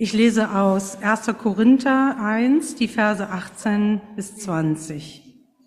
Ich lese aus 1. Korinther 1, die Verse 18 bis 20.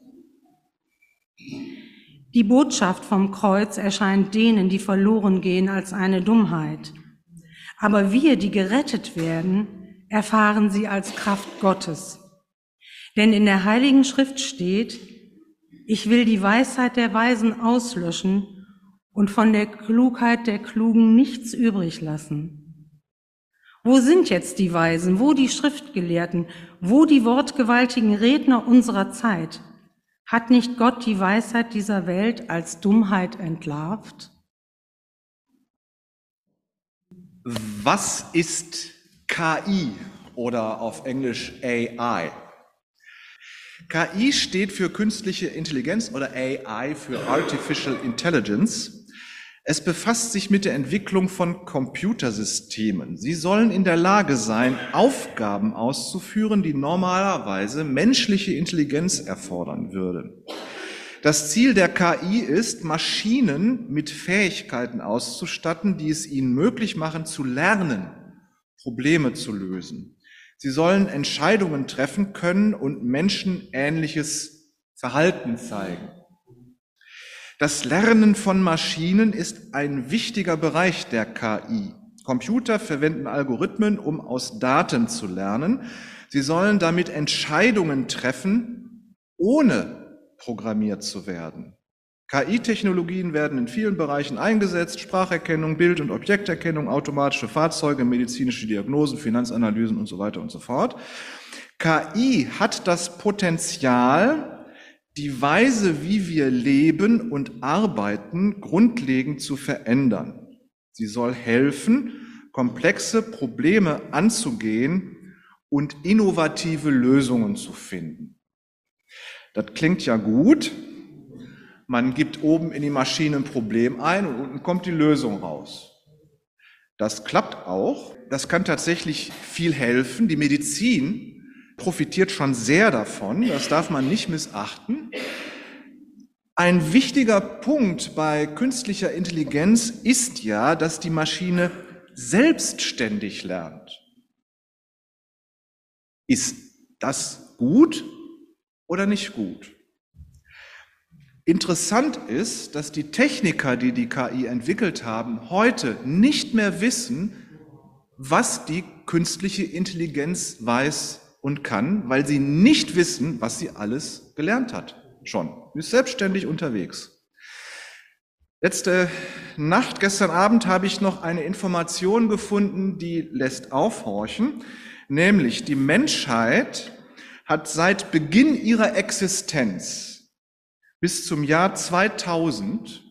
Die Botschaft vom Kreuz erscheint denen, die verloren gehen, als eine Dummheit. Aber wir, die gerettet werden, erfahren sie als Kraft Gottes. Denn in der Heiligen Schrift steht: Ich will die Weisheit der Weisen auslöschen und von der Klugheit der Klugen nichts übrig lassen. Wo sind jetzt die Weisen, wo die Schriftgelehrten, wo die wortgewaltigen Redner unserer Zeit? Hat nicht Gott die Weisheit dieser Welt als Dummheit entlarvt? Was ist KI oder auf Englisch AI? KI steht für künstliche Intelligenz oder AI für Artificial Intelligence. Es befasst sich mit der Entwicklung von Computersystemen. Sie sollen in der Lage sein, Aufgaben auszuführen, die normalerweise menschliche Intelligenz erfordern würden. Das Ziel der KI ist, Maschinen mit Fähigkeiten auszustatten, die es ihnen möglich machen, zu lernen, Probleme zu lösen. Sie sollen Entscheidungen treffen können und menschenähnliches Verhalten zeigen. Das Lernen von Maschinen ist ein wichtiger Bereich der KI. Computer verwenden Algorithmen, um aus Daten zu lernen. Sie sollen damit Entscheidungen treffen, ohne programmiert zu werden. KI-Technologien werden in vielen Bereichen eingesetzt: Spracherkennung, Bild- und Objekterkennung, automatische Fahrzeuge, medizinische Diagnosen, Finanzanalysen und so weiter und so fort. KI hat das Potenzial, die Weise, wie wir leben und arbeiten, grundlegend zu verändern. Sie soll helfen, komplexe Probleme anzugehen und innovative Lösungen zu finden. Das klingt ja gut. Man gibt oben in die Maschine ein Problem ein und unten kommt die Lösung raus. Das klappt auch. Das kann tatsächlich viel helfen. Die Medizin profitiert schon sehr davon. Das darf man nicht missachten. Ein wichtiger Punkt bei künstlicher Intelligenz ist ja, dass die Maschine selbstständig lernt. Ist das gut oder nicht gut? Interessant ist, dass die Techniker, die die KI entwickelt haben, heute nicht mehr wissen, was die künstliche Intelligenz weiß und kann, weil sie nicht wissen, was sie alles gelernt hat. Schon. Sie ist selbstständig unterwegs. Letzte Nacht, gestern Abend, habe ich noch eine Information gefunden, die lässt aufhorchen, nämlich die Menschheit hat seit Beginn ihrer Existenz bis zum Jahr 2000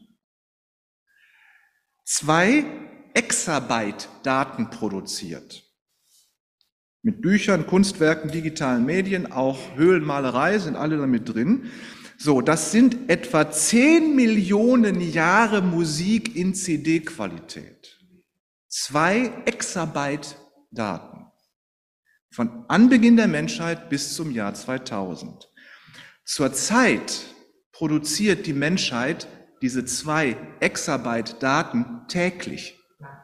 2 Exabyte Daten produziert. Mit Büchern, Kunstwerken, digitalen Medien, auch Höhlenmalerei sind alle damit drin. So, das sind etwa 10 Millionen Jahre Musik in CD-Qualität. 2 Exabyte Daten. Von Anbeginn der Menschheit bis zum Jahr 2000. Zurzeit produziert die Menschheit diese 2 Exabyte Daten täglich.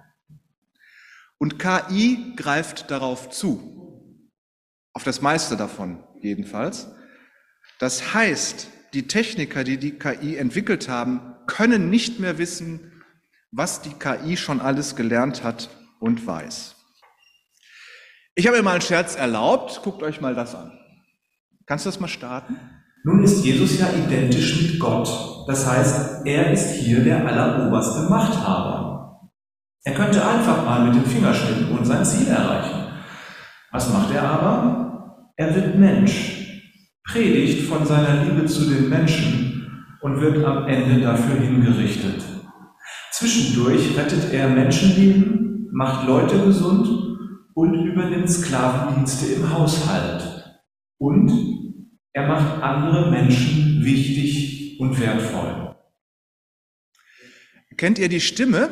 Und KI greift darauf zu. Auf das meiste davon jedenfalls. Das heißt, die Techniker, die die KI entwickelt haben, können nicht mehr wissen, was die KI schon alles gelernt hat und weiß. Ich habe mir mal einen Scherz erlaubt. Guckt euch mal das an. Kannst du das mal starten? Nun ist Jesus ja identisch mit Gott. Das heißt, er ist hier der alleroberste Machthaber. Er könnte einfach mal mit dem Finger schnippen und sein Ziel erreichen. Was macht er aber? Er wird Mensch, predigt von seiner Liebe zu den Menschen und wird am Ende dafür hingerichtet. Zwischendurch rettet er Menschenleben, macht Leute gesund und übernimmt Sklavendienste im Haushalt. Und er macht andere Menschen wichtig und wertvoll. Kennt ihr die Stimme?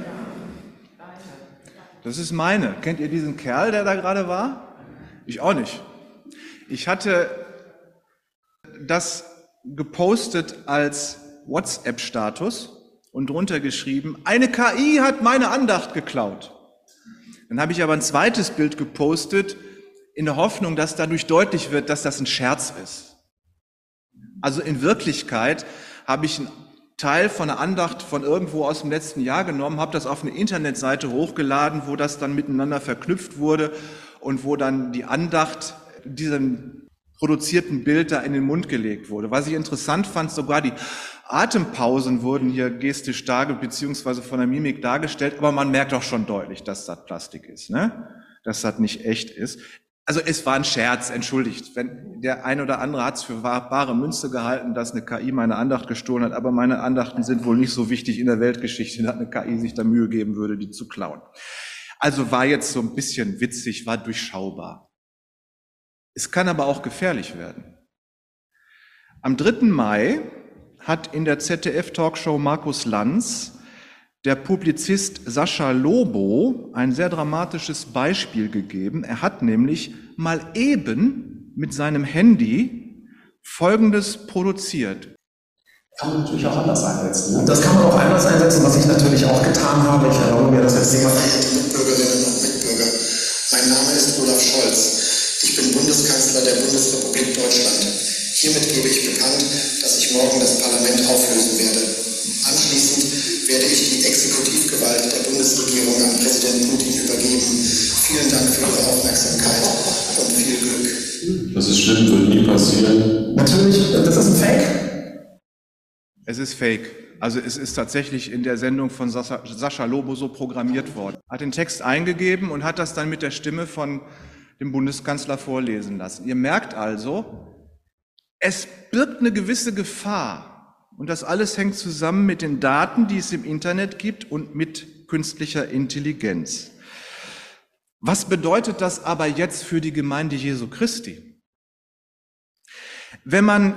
Das ist meine. Kennt ihr diesen Kerl, der da gerade war? Ich auch nicht. Ich hatte das gepostet als WhatsApp-Status und drunter geschrieben: Eine KI hat meine Andacht geklaut. Dann habe ich aber ein zweites Bild gepostet, in der Hoffnung, dass dadurch deutlich wird, dass das ein Scherz ist. Also in Wirklichkeit habe ich einen Teil von einer Andacht von irgendwo aus dem letzten Jahr genommen, habe das auf eine Internetseite hochgeladen, wo das dann miteinander verknüpft wurde und wo dann die Andacht diesem produzierten Bild da in den Mund gelegt wurde. Was ich interessant fand, sogar die Atempausen wurden hier gestisch beziehungsweise von der Mimik dargestellt, aber man merkt auch schon deutlich, dass das Plastik ist, ne? Dass das nicht echt ist. Also es war ein Scherz, entschuldigt. Wenn der ein oder andere hat es für bare Münze gehalten, dass eine KI meine Andacht gestohlen hat, aber meine Andachten sind wohl nicht so wichtig in der Weltgeschichte, dass eine KI sich da Mühe geben würde, die zu klauen. Also war jetzt so ein bisschen witzig, war durchschaubar. Es kann aber auch gefährlich werden. Am 3. Mai hat in der ZDF-Talkshow Markus Lanz der Publizist Sascha Lobo ein sehr dramatisches Beispiel gegeben. Er hat nämlich mal eben mit seinem Handy Folgendes produziert. Kann man natürlich auch anders einsetzen. Ne? Das kann man auch anders einsetzen, was ich natürlich auch getan habe. Ich erlaube mir das jetzt Thema. Mitbürgerinnen und Mitbürger, mein Name ist Olaf Scholz. Ich bin Bundeskanzler der Bundesrepublik Deutschland. Hiermit gebe ich bekannt, dass ich morgen das Parlament auflösen werde. Anschließend werde ich die Exekutivgewalt der Bundesregierung an Präsident Putin übergeben. Vielen Dank für Ihre Aufmerksamkeit und viel Glück. Das ist schlimm, wird nie passieren. Natürlich, das ist ein Fake. Es ist Fake. Also es ist tatsächlich in der Sendung von Sascha Lobo so programmiert worden. Hat den Text eingegeben und hat das dann mit der Stimme von dem Bundeskanzler vorlesen lassen. Ihr merkt also, es birgt eine gewisse Gefahr. Und das alles hängt zusammen mit den Daten, die es im Internet gibt und mit künstlicher Intelligenz. Was bedeutet das aber jetzt für die Gemeinde Jesu Christi? Wenn man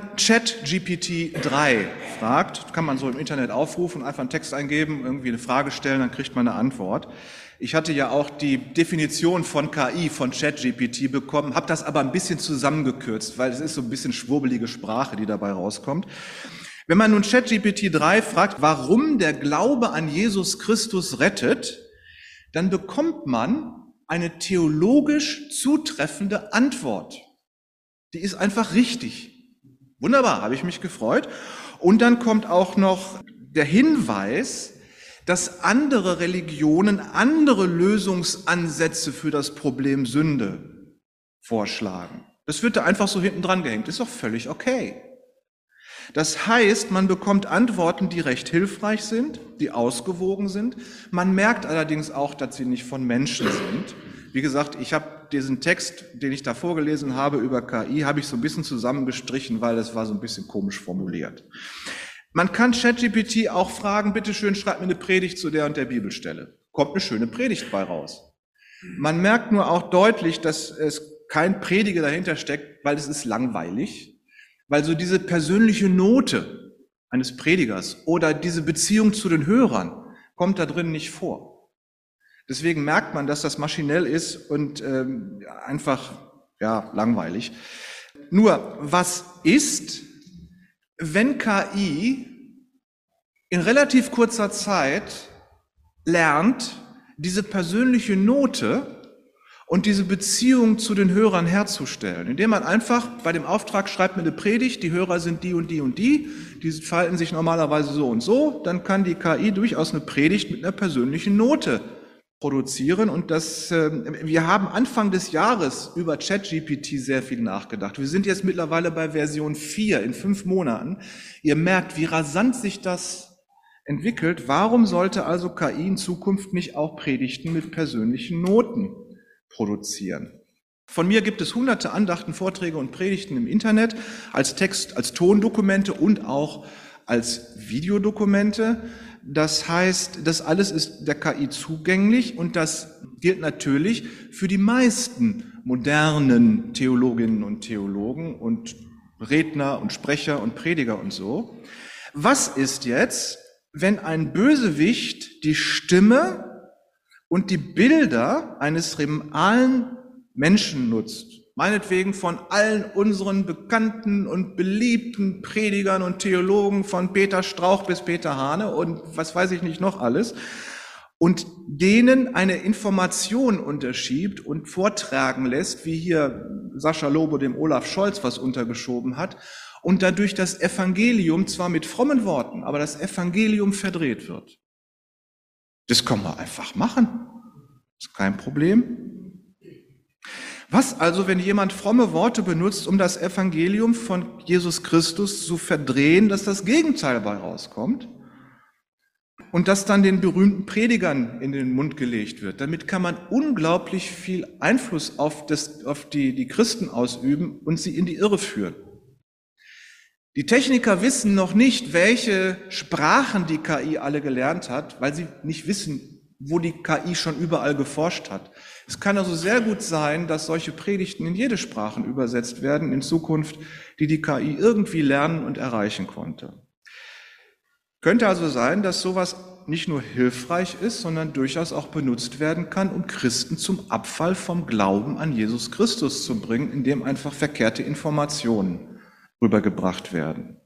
ChatGPT-3 fragt, kann man so im Internet aufrufen, einfach einen Text eingeben, irgendwie eine Frage stellen, dann kriegt man eine Antwort. Ich hatte ja auch die Definition von KI, von ChatGPT bekommen, habe das aber ein bisschen zusammengekürzt, weil es ist so ein bisschen schwurbelige Sprache, die dabei rauskommt. Wenn man nun ChatGPT-3 fragt, warum der Glaube an Jesus Christus rettet, dann bekommt man eine theologisch zutreffende Antwort. Die ist einfach richtig. Wunderbar, habe ich mich gefreut. Und dann kommt auch noch der Hinweis, dass andere Religionen andere Lösungsansätze für das Problem Sünde vorschlagen. Das wird da einfach so hinten dran gehängt. Ist doch völlig okay. Das heißt, man bekommt Antworten, die recht hilfreich sind, die ausgewogen sind. Man merkt allerdings auch, dass sie nicht von Menschen sind. Wie gesagt, ich habe diesen Text, den ich da vorgelesen habe über KI, habe ich so ein bisschen zusammengestrichen, weil das war so ein bisschen komisch formuliert. Man kann ChatGPT auch fragen, bitteschön, schreib mir eine Predigt zu der und der Bibelstelle. Kommt eine schöne Predigt bei raus. Man merkt nur auch deutlich, dass es kein Prediger dahinter steckt, weil es ist langweilig. Weil so diese persönliche Note eines Predigers oder diese Beziehung zu den Hörern kommt da drin nicht vor. Deswegen merkt man, dass das maschinell ist und einfach langweilig. Nur, was ist, wenn KI in relativ kurzer Zeit lernt, diese persönliche Note und diese Beziehung zu den Hörern herzustellen, indem man einfach bei dem Auftrag schreibt mir eine Predigt, die Hörer sind die und die und die verhalten sich normalerweise so und so, dann kann die KI durchaus eine Predigt mit einer persönlichen Note produzieren. Und wir haben Anfang des Jahres über ChatGPT sehr viel nachgedacht. Wir sind jetzt mittlerweile bei Version 4 in 5 Monaten. Ihr merkt, wie rasant sich das entwickelt. Warum sollte also KI in Zukunft nicht auch Predigten mit persönlichen Noten produzieren? Von mir gibt es hunderte Andachten, Vorträge und Predigten im Internet, als Text, als Tondokumente und auch als Videodokumente. Das heißt, das alles ist der KI zugänglich und das gilt natürlich für die meisten modernen Theologinnen und Theologen und Redner und Sprecher und Prediger und so. Was ist jetzt, wenn ein Bösewicht die Stimme und die Bilder eines realen Menschen nutzt? Meinetwegen von allen unseren bekannten und beliebten Predigern und Theologen, von Peter Strauch bis Peter Hane und was weiß ich nicht noch alles. und denen eine Information unterschiebt und vortragen lässt, wie hier Sascha Lobo dem Olaf Scholz was untergeschoben hat, und dadurch das Evangelium zwar mit frommen Worten, aber das Evangelium verdreht wird. Das kann man einfach machen. Ist kein Problem. Was also, wenn jemand fromme Worte benutzt, um das Evangelium von Jesus Christus zu verdrehen, dass das Gegenteil bei rauskommt? Und das dann den berühmten Predigern in den Mund gelegt wird. Damit kann man unglaublich viel Einfluss auf die Christen ausüben und sie in die Irre führen. Die Techniker wissen noch nicht, welche Sprachen die KI alle gelernt hat, weil sie nicht wissen, wo die KI schon überall geforscht hat. Es kann also sehr gut sein, dass solche Predigten in jede Sprachen übersetzt werden in Zukunft, die KI irgendwie lernen und erreichen konnte. Könnte also sein, dass sowas nicht nur hilfreich ist, sondern durchaus auch benutzt werden kann, um Christen zum Abfall vom Glauben an Jesus Christus zu bringen, indem einfach verkehrte Informationen rübergebracht werden.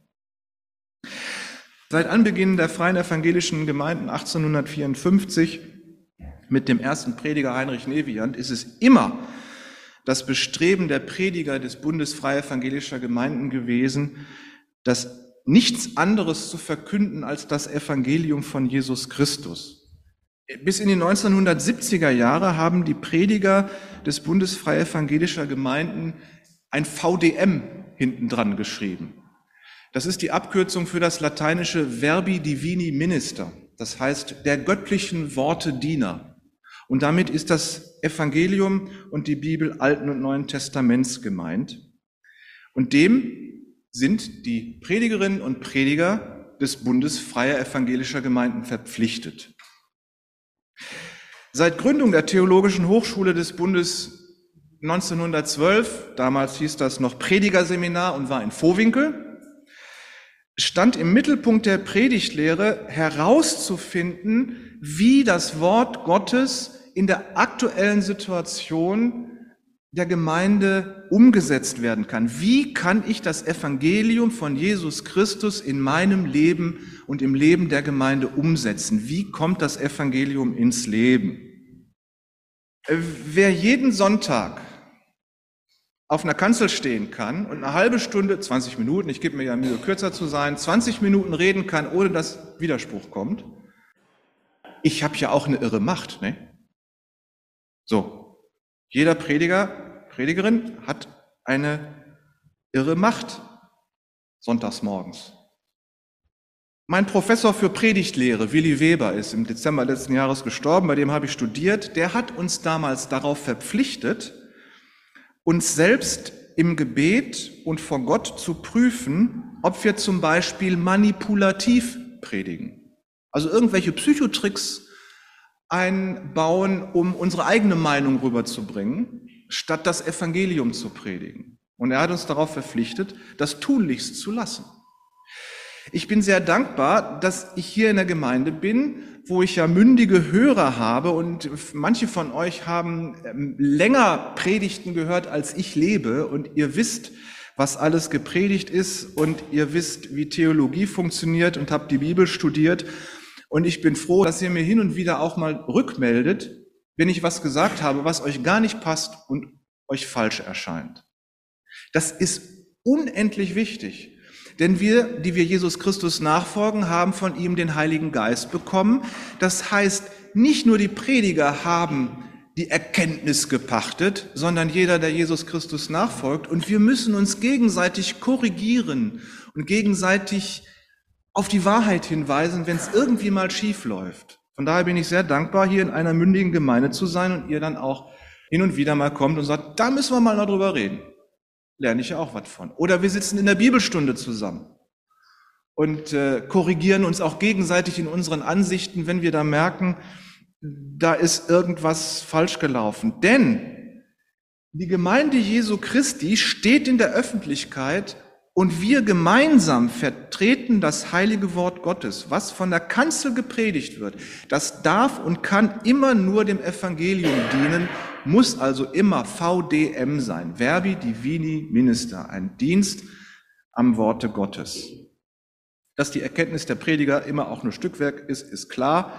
Seit Anbeginn der Freien Evangelischen Gemeinden 1854 mit dem ersten Prediger Heinrich Neviant ist es immer das Bestreben der Prediger des Bundes Freie Evangelischer Gemeinden gewesen, dass nichts anderes zu verkünden als das Evangelium von Jesus Christus. Bis in die 1970er Jahre haben die Prediger des Bundes Freie Evangelischer Gemeinden ein VDM hinten dran geschrieben. Das ist die Abkürzung für das lateinische Verbi Divini Minister, das heißt der göttlichen Worte Diener. Und damit ist das Evangelium und die Bibel Alten und Neuen Testaments gemeint. Und dem sind die Predigerinnen und Prediger des Bundes Freier Evangelischer Gemeinden verpflichtet. Seit Gründung der Theologischen Hochschule des Bundes 1912, damals hieß das noch Predigerseminar und war in Vohwinkel, stand im Mittelpunkt der Predigtlehre herauszufinden, wie das Wort Gottes in der aktuellen Situation der Gemeinde umgesetzt werden kann. Wie kann ich das Evangelium von Jesus Christus in meinem Leben und im Leben der Gemeinde umsetzen? Wie kommt das Evangelium ins Leben? Wer jeden Sonntag auf einer Kanzel stehen kann und eine halbe Stunde, 20 Minuten, ich gebe mir ja Mühe, kürzer zu sein, 20 Minuten reden kann, ohne dass Widerspruch kommt, ich habe ja auch eine irre Macht, ne? So. Jeder Prediger, Predigerin hat eine irre Macht sonntags morgens. Mein Professor für Predigtlehre, Willi Weber, ist im Dezember letzten Jahres gestorben, bei dem habe ich studiert. Der hat uns damals darauf verpflichtet, uns selbst im Gebet und vor Gott zu prüfen, ob wir zum Beispiel manipulativ predigen. Also irgendwelche Psychotricks einbauen, um unsere eigene Meinung rüberzubringen, statt das Evangelium zu predigen. Und er hat uns darauf verpflichtet, das tunlichst zu lassen. Ich bin sehr dankbar, dass ich hier in der Gemeinde bin, wo ich ja mündige Hörer habe, und manche von euch haben länger Predigten gehört, als ich lebe, und ihr wisst, was alles gepredigt ist, und ihr wisst, wie Theologie funktioniert, und habt die Bibel studiert. Und ich bin froh, dass ihr mir hin und wieder auch mal rückmeldet, wenn ich was gesagt habe, was euch gar nicht passt und euch falsch erscheint. Das ist unendlich wichtig, denn wir, die wir Jesus Christus nachfolgen, haben von ihm den Heiligen Geist bekommen. Das heißt, nicht nur die Prediger haben die Erkenntnis gepachtet, sondern jeder, der Jesus Christus nachfolgt. Und wir müssen uns gegenseitig korrigieren und gegenseitig auf die Wahrheit hinweisen, wenn es irgendwie mal schief läuft. Von daher bin ich sehr dankbar, hier in einer mündigen Gemeinde zu sein und ihr dann auch hin und wieder mal kommt und sagt, da müssen wir mal noch drüber reden. Lerne ich ja auch was von. Oder wir sitzen in der Bibelstunde zusammen und korrigieren uns auch gegenseitig in unseren Ansichten, wenn wir da merken, da ist irgendwas falsch gelaufen. Denn die Gemeinde Jesu Christi steht in der Öffentlichkeit und wir gemeinsam vertreten das heilige Wort Gottes, was von der Kanzel gepredigt wird. Das darf und kann immer nur dem Evangelium dienen, muss also immer VDM sein, Verbi Divini Minister, ein Dienst am Worte Gottes. Dass die Erkenntnis der Prediger immer auch nur Stückwerk ist, ist klar.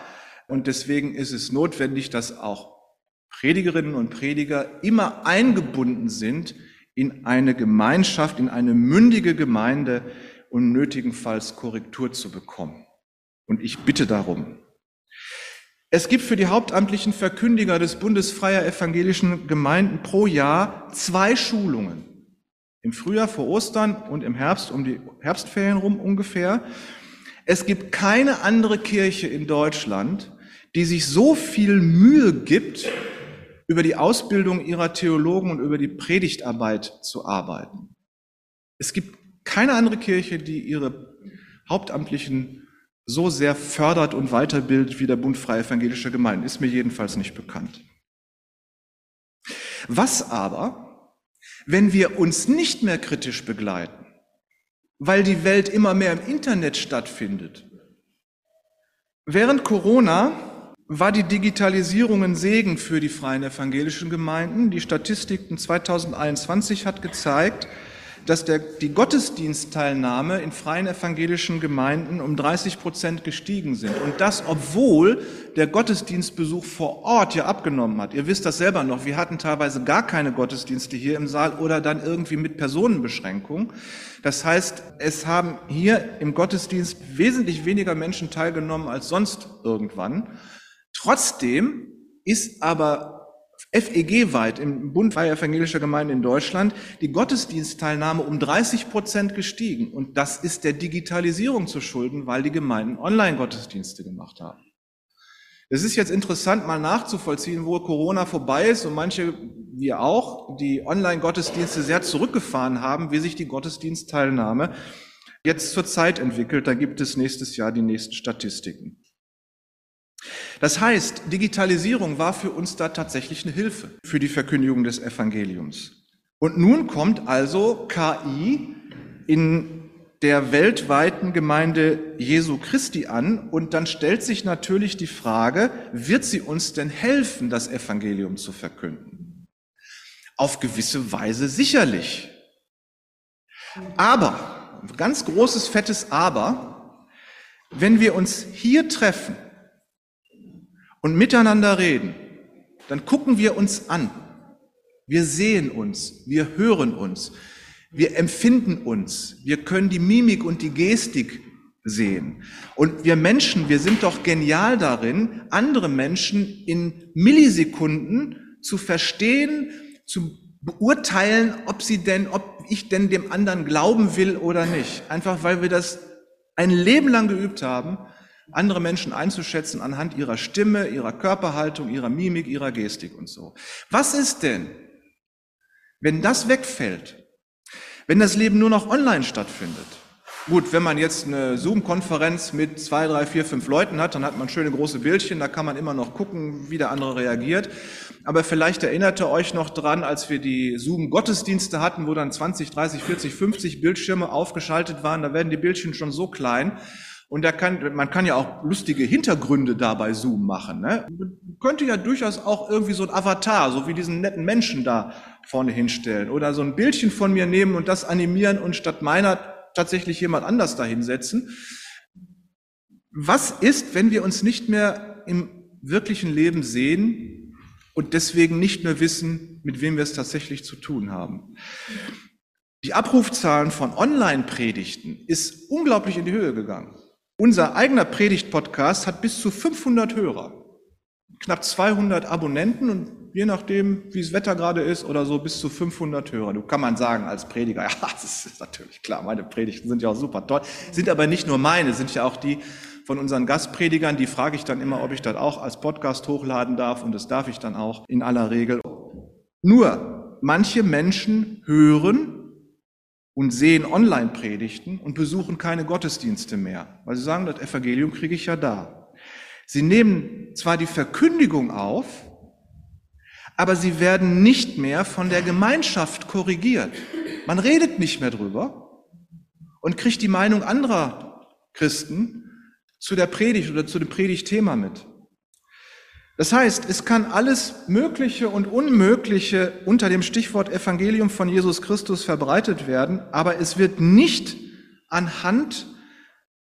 Und deswegen ist es notwendig, dass auch Predigerinnen und Prediger immer eingebunden sind in eine Gemeinschaft, in eine mündige Gemeinde, um nötigenfalls Korrektur zu bekommen. Und ich bitte darum. Es gibt für die hauptamtlichen Verkündiger des Bundes freier evangelischen Gemeinden pro Jahr 2 Schulungen. Im Frühjahr vor Ostern und im Herbst um die Herbstferien rum ungefähr. Es gibt keine andere Kirche in Deutschland, die sich so viel Mühe gibt, über die Ausbildung ihrer Theologen und über die Predigtarbeit zu arbeiten. Es gibt keine andere Kirche, die ihre Hauptamtlichen so sehr fördert und weiterbildet wie der Bund freier evangelischer Gemeinden. Ist mir jedenfalls nicht bekannt. Was aber, wenn wir uns nicht mehr kritisch begleiten, weil die Welt immer mehr im Internet stattfindet? Während Corona war die Digitalisierung ein Segen für die freien evangelischen Gemeinden. Die Statistiken 2021 hat gezeigt, dass die Gottesdienstteilnahme in freien evangelischen Gemeinden um 30% gestiegen sind. Und das, obwohl der Gottesdienstbesuch vor Ort ja abgenommen hat. Ihr wisst das selber noch, wir hatten teilweise gar keine Gottesdienste hier im Saal oder dann irgendwie mit Personenbeschränkung. Das heißt, es haben hier im Gottesdienst wesentlich weniger Menschen teilgenommen als sonst irgendwann. Trotzdem ist aber FEG-weit im Bund freier evangelischer Gemeinden in Deutschland die Gottesdienstteilnahme um 30% gestiegen. Und das ist der Digitalisierung zu schulden, weil die Gemeinden Online-Gottesdienste gemacht haben. Es ist jetzt interessant, mal nachzuvollziehen, wo Corona vorbei ist und manche, wir auch, die Online-Gottesdienste sehr zurückgefahren haben, wie sich die Gottesdienstteilnahme jetzt zurzeit entwickelt. Da gibt es nächstes Jahr die nächsten Statistiken. Das heißt, Digitalisierung war für uns da tatsächlich eine Hilfe für die Verkündigung des Evangeliums. Und nun kommt also KI in der weltweiten Gemeinde Jesu Christi an und dann stellt sich natürlich die Frage, wird sie uns denn helfen, das Evangelium zu verkünden? Auf gewisse Weise sicherlich. Aber, ganz großes, fettes Aber, wenn wir uns hier treffen und miteinander reden, dann gucken wir uns an. Wir sehen uns, wir hören uns, wir empfinden uns, wir können die Mimik und die Gestik sehen. Und wir Menschen, wir sind doch genial darin, andere Menschen in Millisekunden zu verstehen, zu beurteilen, ob ich denn dem anderen glauben will oder nicht. Einfach weil wir das ein Leben lang geübt haben, andere Menschen einzuschätzen anhand ihrer Stimme, ihrer Körperhaltung, ihrer Mimik, ihrer Gestik und so. Was ist denn, wenn das wegfällt? Wenn das Leben nur noch online stattfindet? Gut, wenn man jetzt eine Zoom-Konferenz mit 2, 3, 4, 5 Leuten hat, dann hat man schöne große Bildchen, da kann man immer noch gucken, wie der andere reagiert. Aber vielleicht erinnert ihr euch noch dran, als wir die Zoom-Gottesdienste hatten, wo dann 20, 30, 40, 50 Bildschirme aufgeschaltet waren, da werden die Bildchen schon so klein. Und man kann ja auch lustige Hintergründe da bei Zoom machen. Ne? Man könnte ja durchaus auch irgendwie so ein Avatar, so wie diesen netten Menschen da vorne hinstellen. Oder so ein Bildchen von mir nehmen und das animieren und statt meiner tatsächlich jemand anders da hinsetzen. Was ist, wenn wir uns nicht mehr im wirklichen Leben sehen und deswegen nicht mehr wissen, mit wem wir es tatsächlich zu tun haben? Die Abrufzahlen von Online-Predigten ist unglaublich in die Höhe gegangen. Unser eigener Predigt-Podcast hat bis zu 500 Hörer, knapp 200 Abonnenten und je nachdem, wie das Wetter gerade ist oder so, bis zu 500 Hörer. Du kann man sagen als Prediger, ja, das ist natürlich klar, meine Predigten sind ja auch super toll, sind aber nicht nur meine, sind ja auch die von unseren Gastpredigern, die frage ich dann immer, ob ich das auch als Podcast hochladen darf und das darf ich dann auch in aller Regel. Nur, manche Menschen hören und sehen Online-Predigten und besuchen keine Gottesdienste mehr, weil sie sagen, das Evangelium kriege ich ja da. Sie nehmen zwar die Verkündigung auf, aber sie werden nicht mehr von der Gemeinschaft korrigiert. Man redet nicht mehr drüber und kriegt die Meinung anderer Christen zu der Predigt oder zu dem Predigtthema mit. Das heißt, es kann alles Mögliche und Unmögliche unter dem Stichwort Evangelium von Jesus Christus verbreitet werden, aber es wird nicht anhand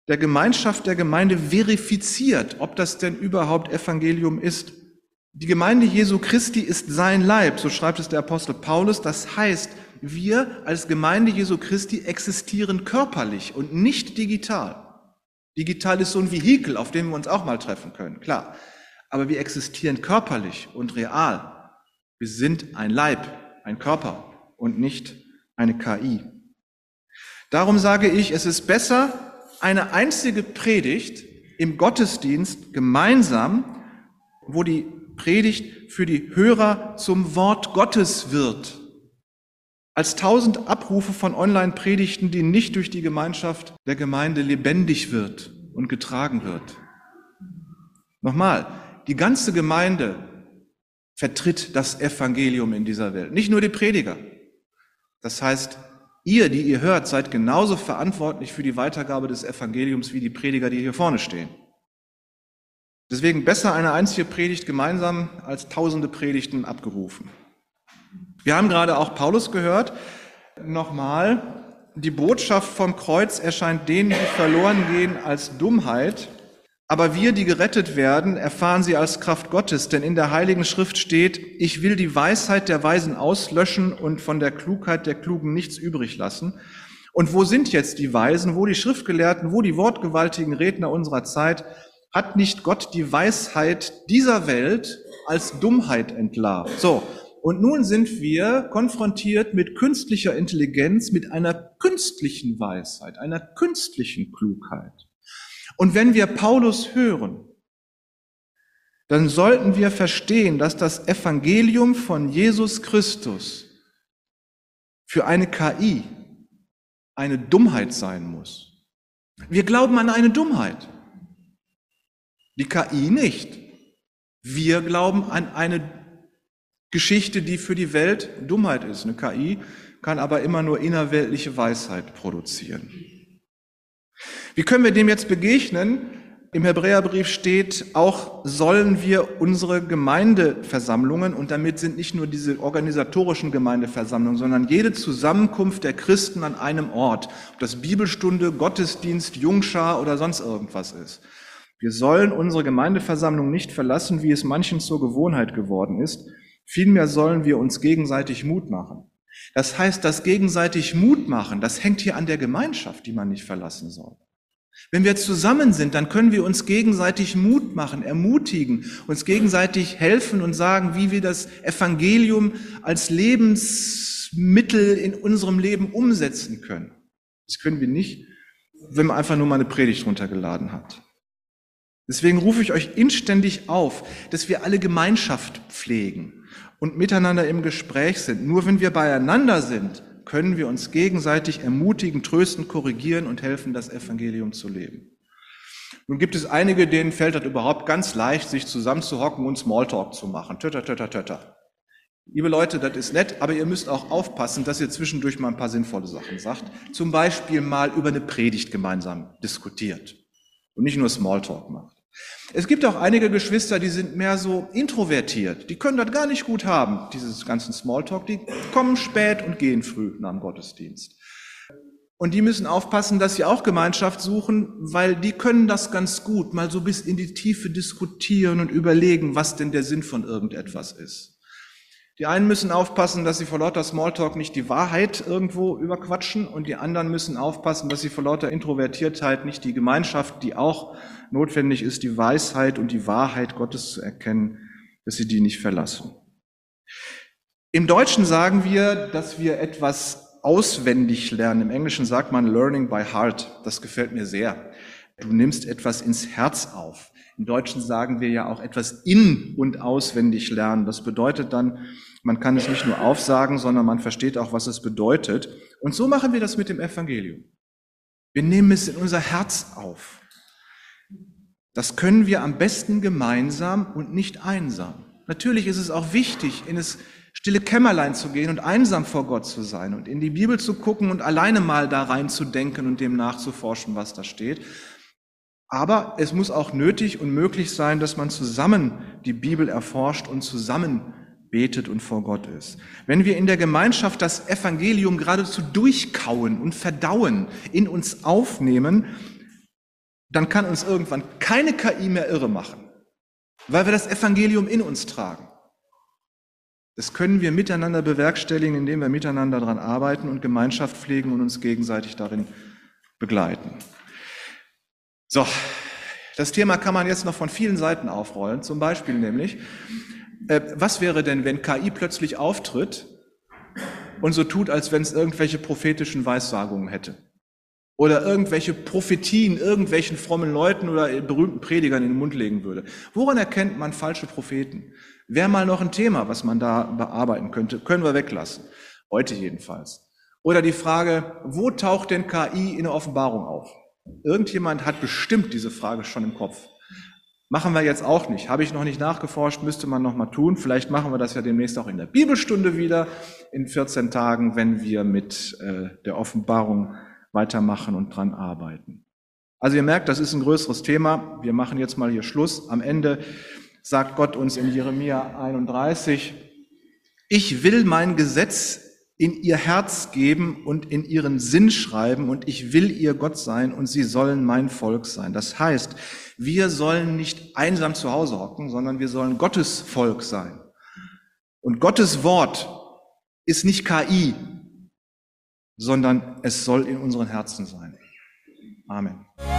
der Gemeinschaft der Gemeinde verifiziert, ob das denn überhaupt Evangelium ist. Die Gemeinde Jesu Christi ist sein Leib, so schreibt es der Apostel Paulus. Das heißt, wir als Gemeinde Jesu Christi existieren körperlich und nicht digital. Digital ist so ein Vehikel, auf dem wir uns auch mal treffen können, klar. Aber wir existieren körperlich und real. Wir sind ein Leib, ein Körper und nicht eine KI. Darum sage ich, es ist besser, eine einzige Predigt im Gottesdienst gemeinsam, wo die Predigt für die Hörer zum Wort Gottes wird, als 1000 Abrufe von Online-Predigten, die nicht durch die Gemeinschaft der Gemeinde lebendig wird und getragen wird. Nochmal, die ganze Gemeinde vertritt das Evangelium in dieser Welt, nicht nur die Prediger. Das heißt, ihr, die ihr hört, seid genauso verantwortlich für die Weitergabe des Evangeliums wie die Prediger, die hier vorne stehen. Deswegen besser eine einzige Predigt gemeinsam als tausende Predigten abgerufen. Wir haben gerade auch Paulus gehört. Nochmal, die Botschaft vom Kreuz erscheint denen, die verloren gehen, als Dummheit. Aber wir, die gerettet werden, erfahren sie als Kraft Gottes. Denn in der Heiligen Schrift steht, ich will die Weisheit der Weisen auslöschen und von der Klugheit der Klugen nichts übrig lassen. Und wo sind jetzt die Weisen, wo die Schriftgelehrten, wo die wortgewaltigen Redner unserer Zeit? Hat nicht Gott die Weisheit dieser Welt als Dummheit entlarvt? So. Und nun sind wir konfrontiert mit künstlicher Intelligenz, mit einer künstlichen Weisheit, einer künstlichen Klugheit. Und wenn wir Paulus hören, dann sollten wir verstehen, dass das Evangelium von Jesus Christus für eine KI eine Dummheit sein muss. Wir glauben an eine Dummheit. Die KI nicht. Wir glauben an eine Geschichte, die für die Welt Dummheit ist. Eine KI kann aber immer nur innerweltliche Weisheit produzieren. Wie können wir dem jetzt begegnen? Im Hebräerbrief steht, auch sollen wir unsere Gemeindeversammlungen, und damit sind nicht nur diese organisatorischen Gemeindeversammlungen, sondern jede Zusammenkunft der Christen an einem Ort, ob das Bibelstunde, Gottesdienst, Jungschar oder sonst irgendwas ist. Wir sollen unsere Gemeindeversammlung nicht verlassen, wie es manchen zur Gewohnheit geworden ist. Vielmehr sollen wir uns gegenseitig Mut machen. Das heißt, das gegenseitig Mut machen, das hängt hier an der Gemeinschaft, die man nicht verlassen soll. Wenn wir zusammen sind, dann können wir uns gegenseitig Mut machen, ermutigen, uns gegenseitig helfen und sagen, wie wir das Evangelium als Lebensmittel in unserem Leben umsetzen können. Das können wir nicht, wenn man einfach nur mal eine Predigt runtergeladen hat. Deswegen rufe ich euch inständig auf, dass wir alle Gemeinschaft pflegen und miteinander im Gespräch sind. Nur wenn wir beieinander sind, können wir uns gegenseitig ermutigen, trösten, korrigieren und helfen, das Evangelium zu leben. Nun gibt es einige, denen fällt das überhaupt ganz leicht, sich zusammenzuhocken und Smalltalk zu machen. Tötter, tötter, tötter. Liebe Leute, das ist nett, aber ihr müsst auch aufpassen, dass ihr zwischendurch mal ein paar sinnvolle Sachen sagt. Zum Beispiel mal über eine Predigt gemeinsam diskutiert und nicht nur Smalltalk macht. Es gibt auch einige Geschwister, die sind mehr so introvertiert. Die können das gar nicht gut haben, dieses ganzen Smalltalk. Die kommen spät und gehen früh nach dem Gottesdienst. Und die müssen aufpassen, dass sie auch Gemeinschaft suchen, weil die können das ganz gut, mal so bis in die Tiefe diskutieren und überlegen, was denn der Sinn von irgendetwas ist. Die einen müssen aufpassen, dass sie vor lauter Smalltalk nicht die Wahrheit irgendwo überquatschen, und die anderen müssen aufpassen, dass sie vor lauter Introvertiertheit nicht die Gemeinschaft, die auch notwendig ist, die Weisheit und die Wahrheit Gottes zu erkennen, dass sie die nicht verlassen. Im Deutschen sagen wir, dass wir etwas auswendig lernen. Im Englischen sagt man learning by heart. Das gefällt mir sehr. Du nimmst etwas ins Herz auf. Im Deutschen sagen wir ja auch etwas in- und auswendig lernen. Das bedeutet dann, man kann es nicht nur aufsagen, sondern man versteht auch, was es bedeutet. Und so machen wir das mit dem Evangelium. Wir nehmen es in unser Herz auf. Das können wir am besten gemeinsam und nicht einsam. Natürlich ist es auch wichtig, in das stille Kämmerlein zu gehen und einsam vor Gott zu sein und in die Bibel zu gucken und alleine mal da reinzudenken und dem nachzuforschen, was da steht. Aber es muss auch nötig und möglich sein, dass man zusammen die Bibel erforscht und zusammen betet und vor Gott ist. Wenn wir in der Gemeinschaft das Evangelium geradezu durchkauen und verdauen, in uns aufnehmen, dann kann uns irgendwann keine KI mehr irre machen, weil wir das Evangelium in uns tragen. Das können wir miteinander bewerkstelligen, indem wir miteinander daran arbeiten und Gemeinschaft pflegen und uns gegenseitig darin begleiten. So, das Thema kann man jetzt noch von vielen Seiten aufrollen, zum Beispiel nämlich, was wäre denn, wenn KI plötzlich auftritt und so tut, als wenn es irgendwelche prophetischen Weissagungen hätte? Oder irgendwelche Prophetien irgendwelchen frommen Leuten oder berühmten Predigern in den Mund legen würde. Woran erkennt man falsche Propheten? Wäre mal noch ein Thema, was man da bearbeiten könnte. Können wir weglassen. Heute jedenfalls. Oder die Frage, wo taucht denn KI in der Offenbarung auf? Irgendjemand hat bestimmt diese Frage schon im Kopf. Machen wir jetzt auch nicht. Habe ich noch nicht nachgeforscht, müsste man noch mal tun. Vielleicht machen wir das ja demnächst auch in der Bibelstunde wieder in 14 Tagen, wenn wir mit der Offenbarung weitermachen und dran arbeiten. Also ihr merkt, das ist ein größeres Thema. Wir machen jetzt mal hier Schluss. Am Ende sagt Gott uns in Jeremia 31, ich will mein Gesetz in ihr Herz geben und in ihren Sinn schreiben und ich will ihr Gott sein und sie sollen mein Volk sein. Das heißt, wir sollen nicht einsam zu Hause hocken, sondern wir sollen Gottes Volk sein. Und Gottes Wort ist nicht KI, sondern es soll in unseren Herzen sein. Amen.